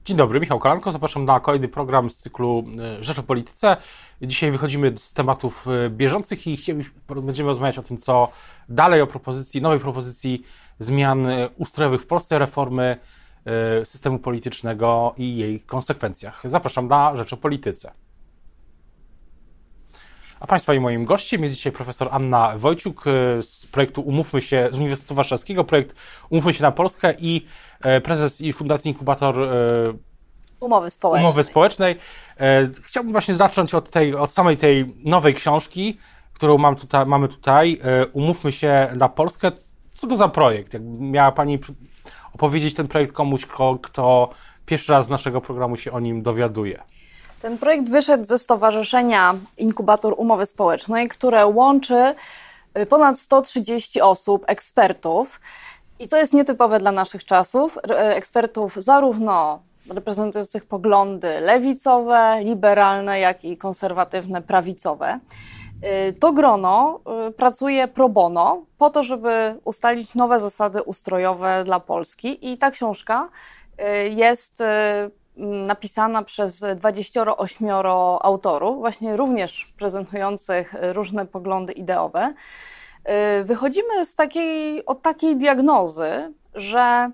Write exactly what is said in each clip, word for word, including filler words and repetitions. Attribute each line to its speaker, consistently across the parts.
Speaker 1: Dzień dobry, Michał Kolanko. Zapraszam na kolejny program z cyklu Rzecz o Polityce. Dzisiaj wychodzimy z tematów bieżących i będziemy rozmawiać o tym, co dalej, o propozycji, nowej propozycji zmian ustrojowych w Polsce, reformy systemu politycznego i jej konsekwencjach. Zapraszam na Rzecz o Polityce. A Państwa i moim gościem jest dzisiaj profesor Anna Wojciuk z projektu Umówmy się, z Uniwersytetu Warszawskiego, projekt Umówmy się na Polskę i prezes i Fundacji Inkubator
Speaker 2: Umowy Społecznej.
Speaker 1: Umowy Społecznej. Chciałbym właśnie zacząć od, tej, od samej tej nowej książki, którą mam tutaj, mamy tutaj, Umówmy się na Polskę. Co to za projekt? Jakby miała Pani opowiedzieć ten projekt komuś, kto, kto pierwszy raz z naszego programu się o nim dowiaduje?
Speaker 2: Ten projekt wyszedł ze Stowarzyszenia Inkubator Umowy Społecznej, które łączy ponad sto trzydzieści osób, ekspertów. I co jest nietypowe dla naszych czasów, ekspertów zarówno reprezentujących poglądy lewicowe, liberalne, jak i konserwatywne, prawicowe. To grono pracuje pro bono po to, żeby ustalić nowe zasady ustrojowe dla Polski i ta książka jest napisana przez dwudziestu ośmiu autorów, właśnie również prezentujących różne poglądy ideowe. Wychodzimy z takiej, od takiej diagnozy, że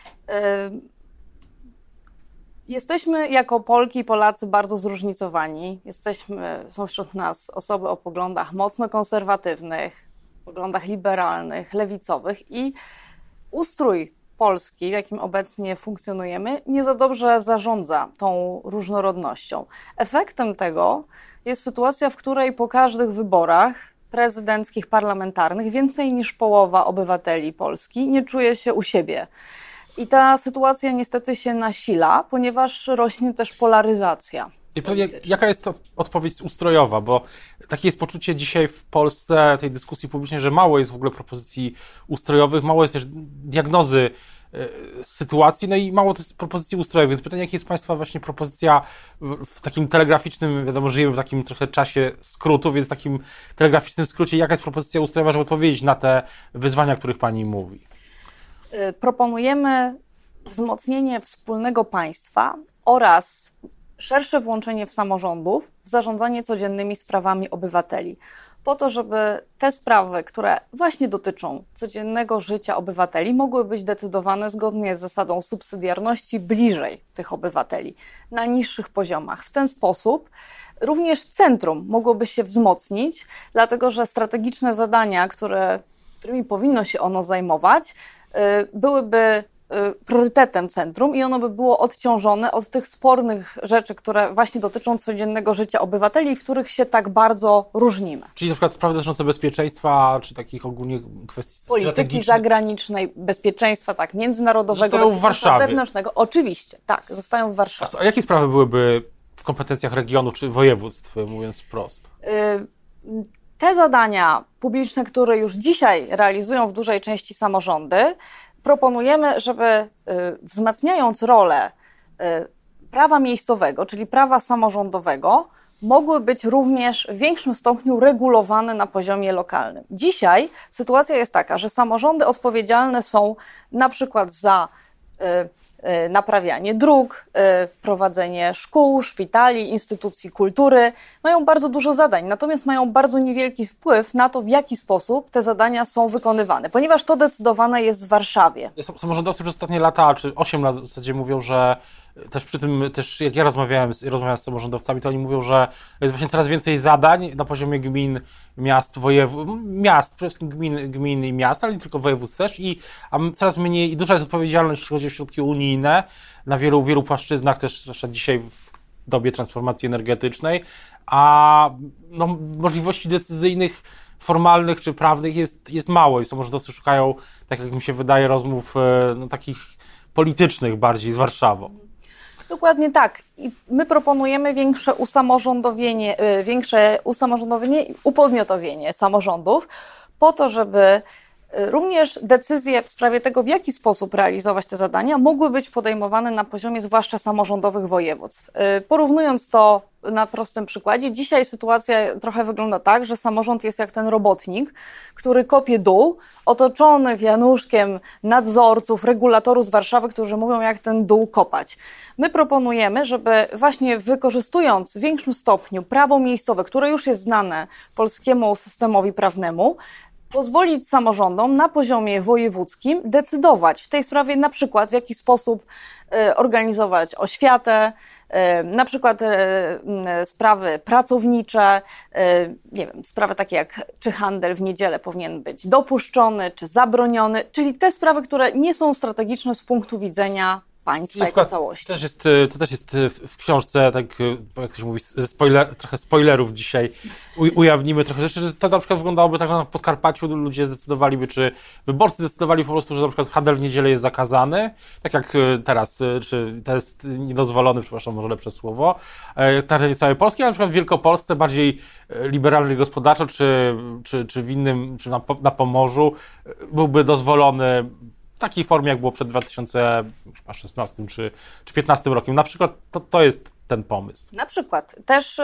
Speaker 2: jesteśmy jako Polki i Polacy bardzo zróżnicowani. Jesteśmy, są wśród nas osoby o poglądach mocno konserwatywnych, poglądach liberalnych, lewicowych i ustrój Polski, w jakim obecnie funkcjonujemy, nie za dobrze zarządza tą różnorodnością. Efektem tego jest sytuacja, w której po każdych wyborach prezydenckich, parlamentarnych więcej niż połowa obywateli Polski nie czuje się u siebie. I ta sytuacja niestety się nasila, ponieważ rośnie też polaryzacja.
Speaker 1: I pewnie, jaka jest to odpowiedź ustrojowa, bo takie jest poczucie dzisiaj w Polsce, tej dyskusji publicznej, że mało jest w ogóle propozycji ustrojowych, mało jest też diagnozy y, sytuacji, no i mało też propozycji ustrojowych, więc pytanie, jaka jest Państwa właśnie propozycja w, w takim telegraficznym, wiadomo, żyjemy w takim trochę czasie skrótu, więc w takim telegraficznym skrócie, jaka jest propozycja ustrojowa, żeby odpowiedzieć na te wyzwania, o których Pani mówi?
Speaker 2: Y, proponujemy wzmocnienie wspólnego państwa oraz szersze włączenie w samorządów w zarządzanie codziennymi sprawami obywateli, po to, żeby te sprawy, które właśnie dotyczą codziennego życia obywateli, mogły być decydowane zgodnie z zasadą subsydiarności bliżej tych obywateli, na niższych poziomach. W ten sposób również centrum mogłoby się wzmocnić, dlatego że strategiczne zadania, które, którymi powinno się ono zajmować, byłyby priorytetem centrum i ono by było odciążone od tych spornych rzeczy, które właśnie dotyczą codziennego życia obywateli, w których się tak bardzo różnimy.
Speaker 1: Czyli na przykład sprawy dotyczące bezpieczeństwa, czy takich ogólnie kwestii
Speaker 2: polityki zagranicznej, bezpieczeństwa, tak, międzynarodowego,
Speaker 1: zostają w Warszawie.
Speaker 2: Zewnętrznego. Oczywiście, tak, zostają w Warszawie.
Speaker 1: A jakie sprawy byłyby w kompetencjach regionu czy województw, mówiąc wprost?
Speaker 2: Y- te zadania publiczne, które już dzisiaj realizują w dużej części samorządy, proponujemy, żeby wzmacniając rolę prawa miejscowego, czyli prawa samorządowego, mogły być również w większym stopniu regulowane na poziomie lokalnym. Dzisiaj sytuacja jest taka, że samorządy odpowiedzialne są na przykład za naprawianie dróg, prowadzenie szkół, szpitali, instytucji kultury. Mają bardzo dużo zadań, natomiast mają bardzo niewielki wpływ na to, w jaki sposób te zadania są wykonywane, ponieważ to decydowane jest w Warszawie.
Speaker 1: Samorządowcy przez ostatnie lata, czy osiem lat w zasadzie mówią, że też przy tym, też jak ja rozmawiałem z, rozmawiałem z samorządowcami, to oni mówią, że jest właśnie coraz więcej zadań na poziomie gmin, miast, województw, miast, przede wszystkim gmin, gmin i miast, ale nie tylko województw też i a coraz mniej i duża jest odpowiedzialność, jeśli chodzi o środki unijne na wielu, wielu płaszczyznach, też zwłaszcza dzisiaj w dobie transformacji energetycznej, a no, możliwości decyzyjnych, formalnych czy prawnych jest, jest mało i samorządowcy szukają, tak jak mi się wydaje, rozmów no, takich politycznych bardziej z Warszawą.
Speaker 2: Dokładnie tak. I my proponujemy większe usamorządowienie, większe usamorządowienie i upodmiotowienie samorządów po to, żeby również decyzje w sprawie tego, w jaki sposób realizować te zadania, mogły być podejmowane na poziomie zwłaszcza samorządowych województw. Porównując to na prostym przykładzie. Dzisiaj sytuacja trochę wygląda tak, że samorząd jest jak ten robotnik, który kopie dół, otoczony wianuszkiem nadzorców, regulatorów z Warszawy, którzy mówią, jak ten dół kopać. My proponujemy, żeby właśnie wykorzystując w większym stopniu prawo miejscowe, które już jest znane polskiemu systemowi prawnemu, pozwolić samorządom na poziomie wojewódzkim decydować w tej sprawie na przykład w jaki sposób y, organizować oświatę, y, na przykład y, y, sprawy pracownicze, y, nie wiem, sprawy takie jak czy handel w niedzielę powinien być dopuszczony, czy zabroniony, czyli te sprawy, które nie są strategiczne z punktu widzenia państwa jako całości.
Speaker 1: Też jest, to też jest w książce, tak jak to się mówi, ze spoiler, trochę spoilerów dzisiaj u, ujawnimy trochę rzeczy, że to na przykład wyglądałoby tak, że na Podkarpaciu ludzie zdecydowali, czy wyborcy zdecydowali po prostu, że na przykład handel w niedzielę jest zakazany, tak jak teraz, czy to jest niedozwolony, przepraszam, może lepsze słowo, na terenie całej Polski, a na przykład w Wielkopolsce bardziej liberalnie gospodarczo, czy, czy, czy w innym, czy na, na Pomorzu byłby dozwolony w takiej formie, jak było przed dwa tysiące szesnastym czy, czy piętnastym rokiem. Na przykład to, to jest ten pomysł.
Speaker 2: Na przykład też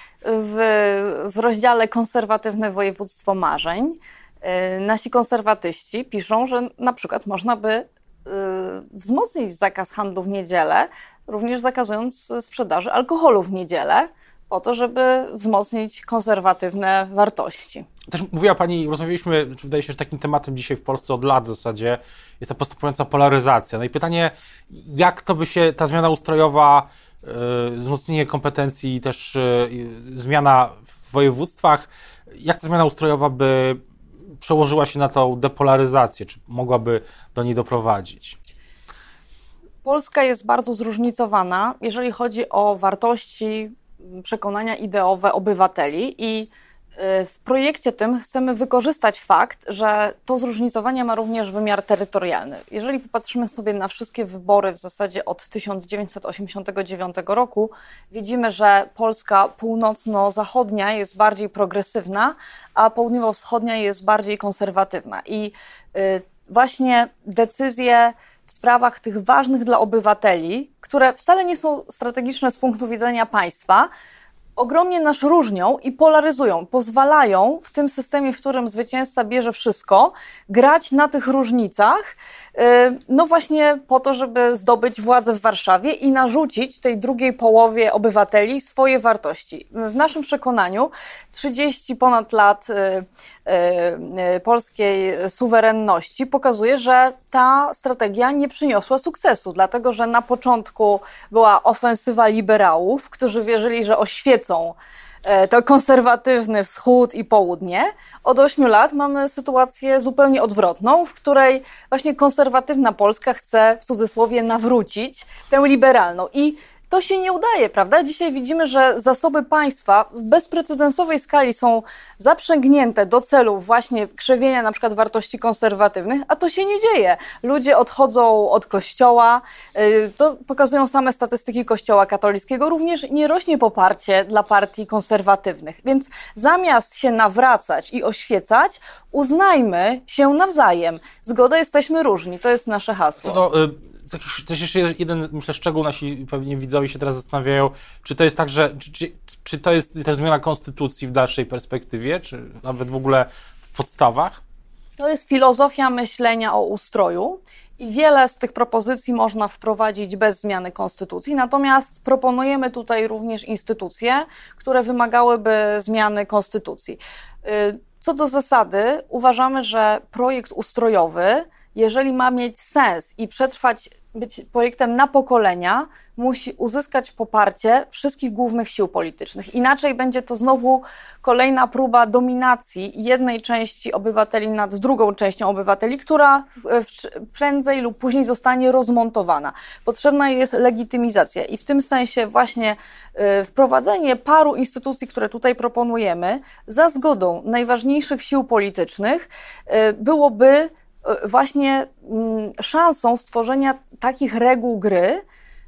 Speaker 2: w, w rozdziale Konserwatywne Województwo Marzeń nasi konserwatyści piszą, że na przykład można by wzmocnić zakaz handlu w niedzielę, również zakazując sprzedaży alkoholu w niedzielę, po to, żeby wzmocnić konserwatywne wartości.
Speaker 1: Też mówiła Pani, rozmawialiśmy, wydaje się, że takim tematem dzisiaj w Polsce od lat w zasadzie jest ta postępująca polaryzacja. No i pytanie, jak to by się ta zmiana ustrojowa, yy, wzmocnienie kompetencji, też yy, zmiana w województwach, jak ta zmiana ustrojowa by przełożyła się na tą depolaryzację, czy mogłaby do niej doprowadzić?
Speaker 2: Polska jest bardzo zróżnicowana, jeżeli chodzi o wartości, przekonania ideowe obywateli i w projekcie tym chcemy wykorzystać fakt, że to zróżnicowanie ma również wymiar terytorialny. Jeżeli popatrzymy sobie na wszystkie wybory w zasadzie od tysiąc dziewięćset osiemdziesiątego dziewiątego roku, widzimy, że Polska północno-zachodnia jest bardziej progresywna, a południowo-wschodnia jest bardziej konserwatywna. I właśnie decyzje w sprawach tych ważnych dla obywateli, które wcale nie są strategiczne z punktu widzenia państwa, ogromnie nas różnią i polaryzują, pozwalają w tym systemie, w którym zwycięzca bierze wszystko, grać na tych różnicach, no właśnie po to, żeby zdobyć władzę w Warszawie i narzucić tej drugiej połowie obywateli swoje wartości. W naszym przekonaniu trzydzieści ponad lat polskiej suwerenności pokazuje, że ta strategia nie przyniosła sukcesu, dlatego że na początku była ofensywa liberałów, którzy wierzyli, że oświecą to konserwatywny wschód i południe. Od ośmiu lat mamy sytuację zupełnie odwrotną, w której właśnie konserwatywna Polska chce w cudzysłowie nawrócić tę liberalną. I to się nie udaje, prawda? Dzisiaj widzimy, że zasoby państwa w bezprecedensowej skali są zaprzęgnięte do celów właśnie krzewienia na przykład wartości konserwatywnych, a to się nie dzieje. Ludzie odchodzą od kościoła, to pokazują same statystyki kościoła katolickiego, również nie rośnie poparcie dla partii konserwatywnych. Więc zamiast się nawracać i oświecać, uznajmy się nawzajem. Zgoda, jesteśmy różni, to jest nasze hasło.
Speaker 1: To, y Też jeszcze jeden, myślę, szczegół, nasi pewnie widzowie się teraz zastanawiają, czy to jest tak, że czy, czy, czy to jest też zmiana konstytucji w dalszej perspektywie, czy nawet w ogóle w podstawach?
Speaker 2: To jest filozofia myślenia o ustroju i wiele z tych propozycji można wprowadzić bez zmiany konstytucji, natomiast proponujemy tutaj również instytucje, które wymagałyby zmiany konstytucji. Co do zasady, uważamy, że projekt ustrojowy, jeżeli ma mieć sens i przetrwać, być projektem na pokolenia, musi uzyskać poparcie wszystkich głównych sił politycznych. Inaczej będzie to znowu kolejna próba dominacji jednej części obywateli nad drugą częścią obywateli, która prędzej lub później zostanie rozmontowana. Potrzebna jest legitymizacja i w tym sensie właśnie wprowadzenie paru instytucji, które tutaj proponujemy, za zgodą najważniejszych sił politycznych byłoby właśnie szansą stworzenia takich reguł gry,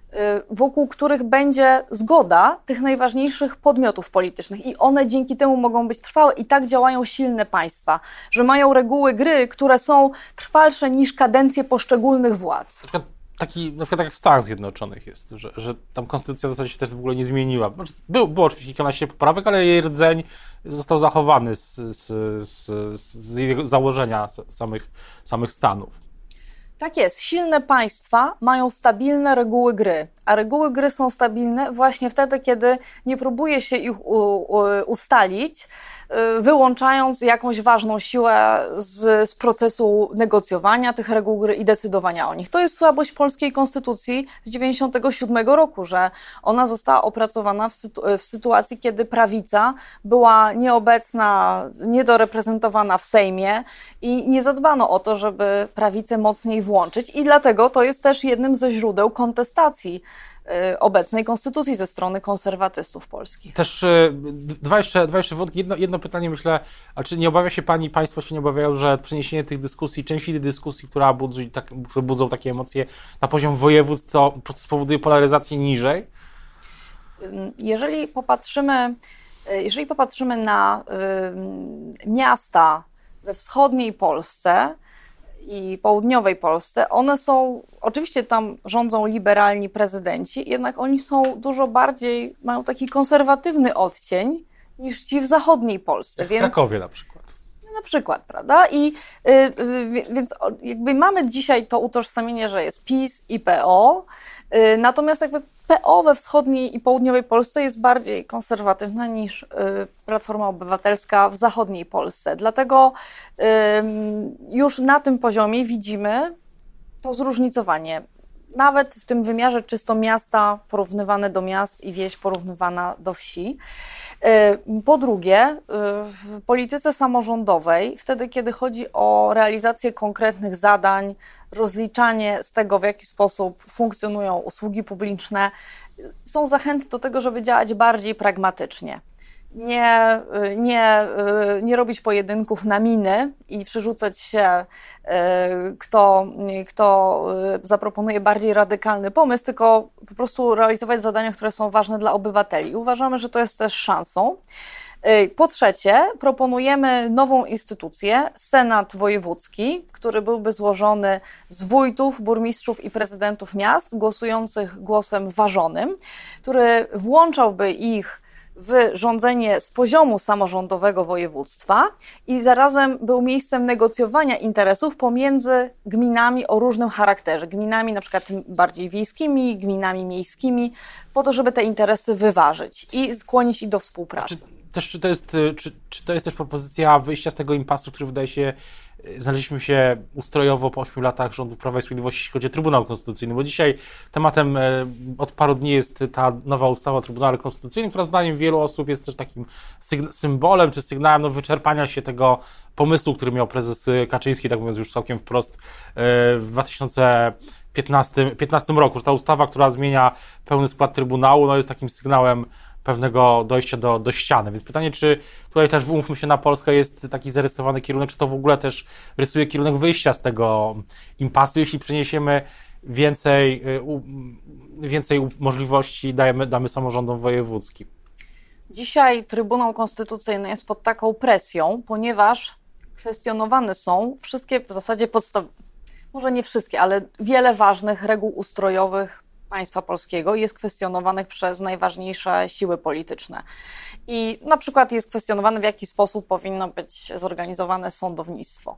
Speaker 2: wokół których będzie zgoda tych najważniejszych podmiotów politycznych i one dzięki temu mogą być trwałe i tak działają silne państwa, że mają reguły gry, które są trwalsze niż kadencje poszczególnych władz.
Speaker 1: taki, na przykład tak jak w Stanach Zjednoczonych jest, że, że tam konstytucja w zasadzie się też w ogóle nie zmieniła. Znaczy, było, było oczywiście kilkanaście poprawek, ale jej rdzeń został zachowany z, z, z, z jej założenia samych, samych Stanów.
Speaker 2: Tak jest. Silne państwa mają stabilne reguły gry, a reguły gry są stabilne właśnie wtedy, kiedy nie próbuje się ich u, u, ustalić, wyłączając jakąś ważną siłę z, z procesu negocjowania tych reguł gry i decydowania o nich. To jest słabość polskiej konstytucji z dziewięćdziesiątego siódmego roku, że ona została opracowana w, sytu, w sytuacji, kiedy prawica była nieobecna, niedoreprezentowana w Sejmie i nie zadbano o to, żeby prawicę mocniej włączyć i dlatego to jest też jednym ze źródeł kontestacji obecnej konstytucji ze strony konserwatystów polskich.
Speaker 1: Też dwa jeszcze, dwa jeszcze wątki. Jedno, jedno pytanie myślę, a czy nie obawia się pani, państwo się nie obawiają, że przeniesienie tych dyskusji, części tej dyskusji, która budzi, tak, które budzą takie emocje na poziom województw, to spowoduje polaryzację niżej?
Speaker 2: Jeżeli popatrzymy, jeżeli popatrzymy na y, miasta we wschodniej Polsce i południowej Polsce, one są, oczywiście tam rządzą liberalni prezydenci, jednak oni są dużo bardziej, mają taki konserwatywny odcień niż ci w zachodniej Polsce.
Speaker 1: W
Speaker 2: więc,
Speaker 1: Krakowie na przykład.
Speaker 2: Na przykład, prawda? I y, y, więc jakby mamy dzisiaj to utożsamienie, że jest PiS i P O, y, natomiast jakby P O we wschodniej i południowej Polsce jest bardziej konserwatywna niż y, Platforma Obywatelska w zachodniej Polsce. Dlatego y, już na tym poziomie widzimy to zróżnicowanie. Nawet w tym wymiarze czysto miasta porównywane do miast i wieś porównywana do wsi. Po drugie, w polityce samorządowej, wtedy kiedy chodzi o realizację konkretnych zadań, rozliczanie z tego, w jaki sposób funkcjonują usługi publiczne, są zachęty do tego, żeby działać bardziej pragmatycznie. Nie, nie, nie robić pojedynków na miny i przerzucać się, kto, kto zaproponuje bardziej radykalny pomysł, tylko po prostu realizować zadania, które są ważne dla obywateli. Uważamy, że to jest też szansą. Po trzecie, proponujemy nową instytucję, Senat Wojewódzki, który byłby złożony z wójtów, burmistrzów i prezydentów miast, głosujących głosem ważonym, który włączałby ich w rządzenie z poziomu samorządowego województwa i zarazem był miejscem negocjowania interesów pomiędzy gminami o różnym charakterze. Gminami na przykład bardziej wiejskimi, gminami miejskimi, po to, żeby te interesy wyważyć i skłonić ich do współpracy.
Speaker 1: Czy, też, czy, to jest, czy, czy to jest też propozycja wyjścia z tego impasu, który wydaje się, znaleźliśmy się ustrojowo po ośmiu latach rządów Prawa i Sprawiedliwości, jeśli chodzi o Trybunał Konstytucyjny, bo dzisiaj tematem od paru dni jest ta nowa ustawa o Trybunale Konstytucyjnym, która zdaniem wielu osób jest też takim symbolem czy sygnałem no, wyczerpania się tego pomysłu, który miał prezes Kaczyński, tak mówiąc już całkiem wprost, w dwa tysiące piętnastym roku, że ta ustawa, która zmienia pełny skład Trybunału, no, jest takim sygnałem pewnego dojścia do, do ściany. Więc pytanie, czy tutaj też, umówmy się na Polskę, jest taki zarysowany kierunek, czy to w ogóle też rysuje kierunek wyjścia z tego impasu, jeśli przeniesiemy więcej, więcej możliwości, dajemy, damy samorządom wojewódzkim.
Speaker 2: Dzisiaj Trybunał Konstytucyjny jest pod taką presją, ponieważ kwestionowane są wszystkie w zasadzie podstawowe, może nie wszystkie, ale wiele ważnych reguł ustrojowych państwa polskiego jest kwestionowanych przez najważniejsze siły polityczne. I na przykład jest kwestionowane, w jaki sposób powinno być zorganizowane sądownictwo.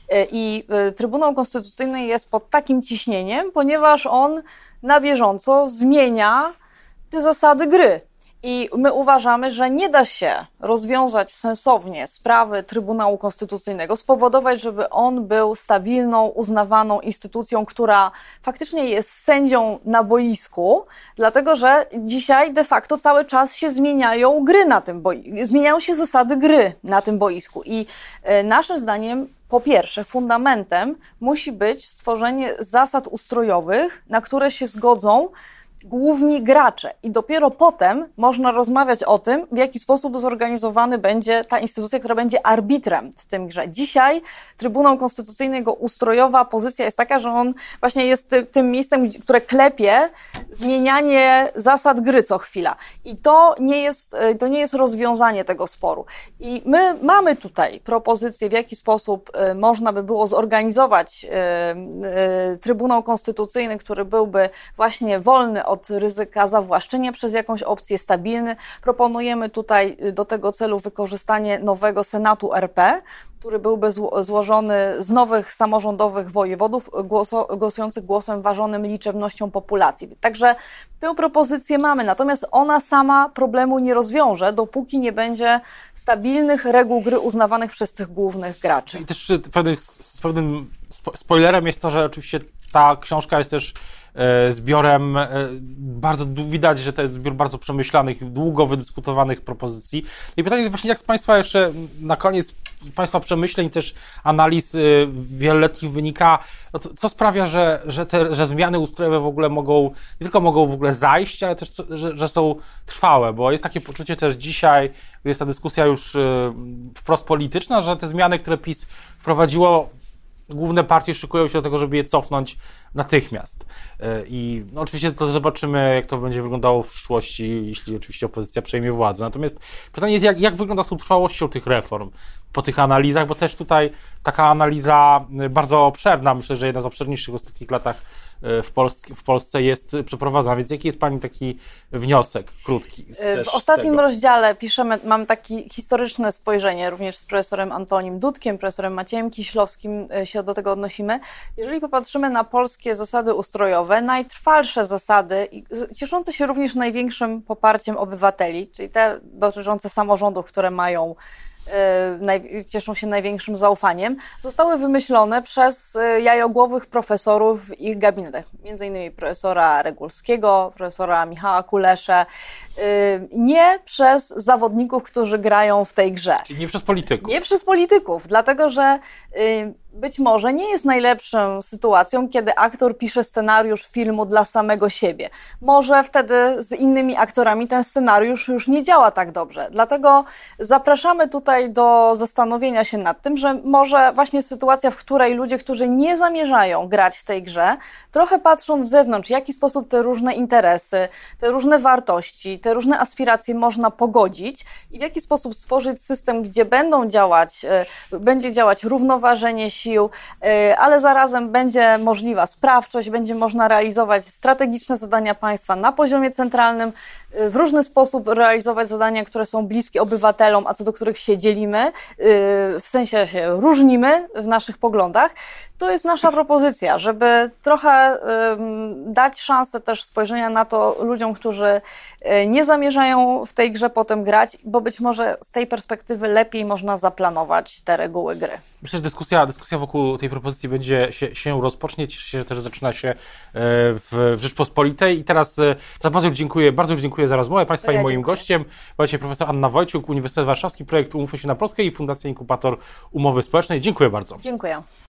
Speaker 2: I Trybunał Konstytucyjny jest pod takim ciśnieniem, ponieważ on na bieżąco zmienia te zasady gry. I my uważamy, że nie da się rozwiązać sensownie sprawy Trybunału Konstytucyjnego, spowodować, żeby on był stabilną, uznawaną instytucją, która faktycznie jest sędzią na boisku, dlatego że dzisiaj de facto cały czas się zmieniają gry na tym boisku, zmieniają się zasady gry na tym boisku. I naszym zdaniem, po pierwsze, fundamentem musi być stworzenie zasad ustrojowych, na które się zgodzą główni gracze i dopiero potem można rozmawiać o tym, w jaki sposób zorganizowany będzie ta instytucja, która będzie arbitrem w tym grze. Dzisiaj Trybunał Konstytucyjny, jego ustrojowa pozycja jest taka, że on właśnie jest tym miejscem, które klepie zmienianie zasad gry co chwila. I to nie jest, to nie jest rozwiązanie tego sporu. I my mamy tutaj propozycję, w jaki sposób można by było zorganizować Trybunał Konstytucyjny, który byłby właśnie wolny od ryzyka zawłaszczenia przez jakąś opcję, stabilny. Proponujemy tutaj do tego celu wykorzystanie nowego Senatu R P, który byłby złożony z nowych samorządowych wojewodów głosujących głosem ważonym liczebnością populacji. Także tę propozycję mamy, natomiast ona sama problemu nie rozwiąże, dopóki nie będzie stabilnych reguł gry uznawanych przez tych głównych graczy.
Speaker 1: I też z pewnym spoilerem jest to, że oczywiście ta książka jest też zbiorem, bardzo widać, że to jest zbiór bardzo przemyślanych, długo wydyskutowanych propozycji. I pytanie jest właśnie, jak z Państwa jeszcze na koniec, Państwa przemyśleń, też analiz wieloletnich wynika, co sprawia, że, że te że zmiany ustrojowe w ogóle mogą, nie tylko mogą w ogóle zajść, ale też, że, że są trwałe, bo jest takie poczucie też dzisiaj, gdy jest ta dyskusja już wprost polityczna, że te zmiany, które PiS wprowadziło, główne partie szykują się do tego, żeby je cofnąć natychmiast. I no, oczywiście to zobaczymy, jak to będzie wyglądało w przyszłości, jeśli oczywiście opozycja przejmie władzę. Natomiast pytanie jest, jak, jak wygląda z tą trwałością tych reform po tych analizach, bo też tutaj taka analiza bardzo obszerna, myślę, że jedna z obszerniejszych w ostatnich latach w Polsce, w Polsce jest przeprowadzana. Więc jaki jest Pani taki wniosek krótki?
Speaker 2: W ostatnim tego? rozdziale piszemy, mamy takie historyczne spojrzenie, również z profesorem Antonim Dudkiem, profesorem Maciejem Kiślowskim się do tego odnosimy. Jeżeli popatrzymy na polskie zasady ustrojowe, najtrwalsze zasady, cieszące się również największym poparciem obywateli, czyli te dotyczące samorządów, które mają cieszą się największym zaufaniem, zostały wymyślone przez jajogłowych profesorów w ich gabinetach, między innymi profesora Regulskiego, profesora Michała Kuleszę, nie przez zawodników, którzy grają w tej grze.
Speaker 1: Czyli nie przez polityków.
Speaker 2: Nie przez polityków, dlatego że być może nie jest najlepszą sytuacją, kiedy aktor pisze scenariusz filmu dla samego siebie. Może wtedy z innymi aktorami ten scenariusz już nie działa tak dobrze. Dlatego zapraszamy tutaj do zastanowienia się nad tym, że może właśnie sytuacja, w której ludzie, którzy nie zamierzają grać w tej grze, trochę patrząc z zewnątrz, w jaki sposób te różne interesy, te różne wartości, te różne aspiracje można pogodzić i w jaki sposób stworzyć system, gdzie będą działać, będzie działać równoważenie sił, ale zarazem będzie możliwa sprawczość, będzie można realizować strategiczne zadania państwa na poziomie centralnym, w różny sposób realizować zadania, które są bliskie obywatelom, a co do których się dzielimy, w sensie się różnimy w naszych poglądach. To jest nasza propozycja, żeby trochę dać szansę też spojrzenia na to ludziom, którzy nie zamierzają w tej grze potem grać, bo być może z tej perspektywy lepiej można zaplanować te reguły gry.
Speaker 1: Myślę, że dyskusja, dyskusja wokół tej propozycji będzie się, się rozpocznie, cieszę się, że też zaczyna się w, w Rzeczpospolitej. I teraz, teraz bardzo dziękuję, bardzo dziękuję za rozmowę Państwa ja i moim dziękuję. gościem. Była dzisiaj profesor Anna Wojciuk, Uniwersytet Warszawski, projekt Umówmy się na Polskę i Fundacja Inkubator Umowy Społecznej. Dziękuję bardzo.
Speaker 2: Dziękuję.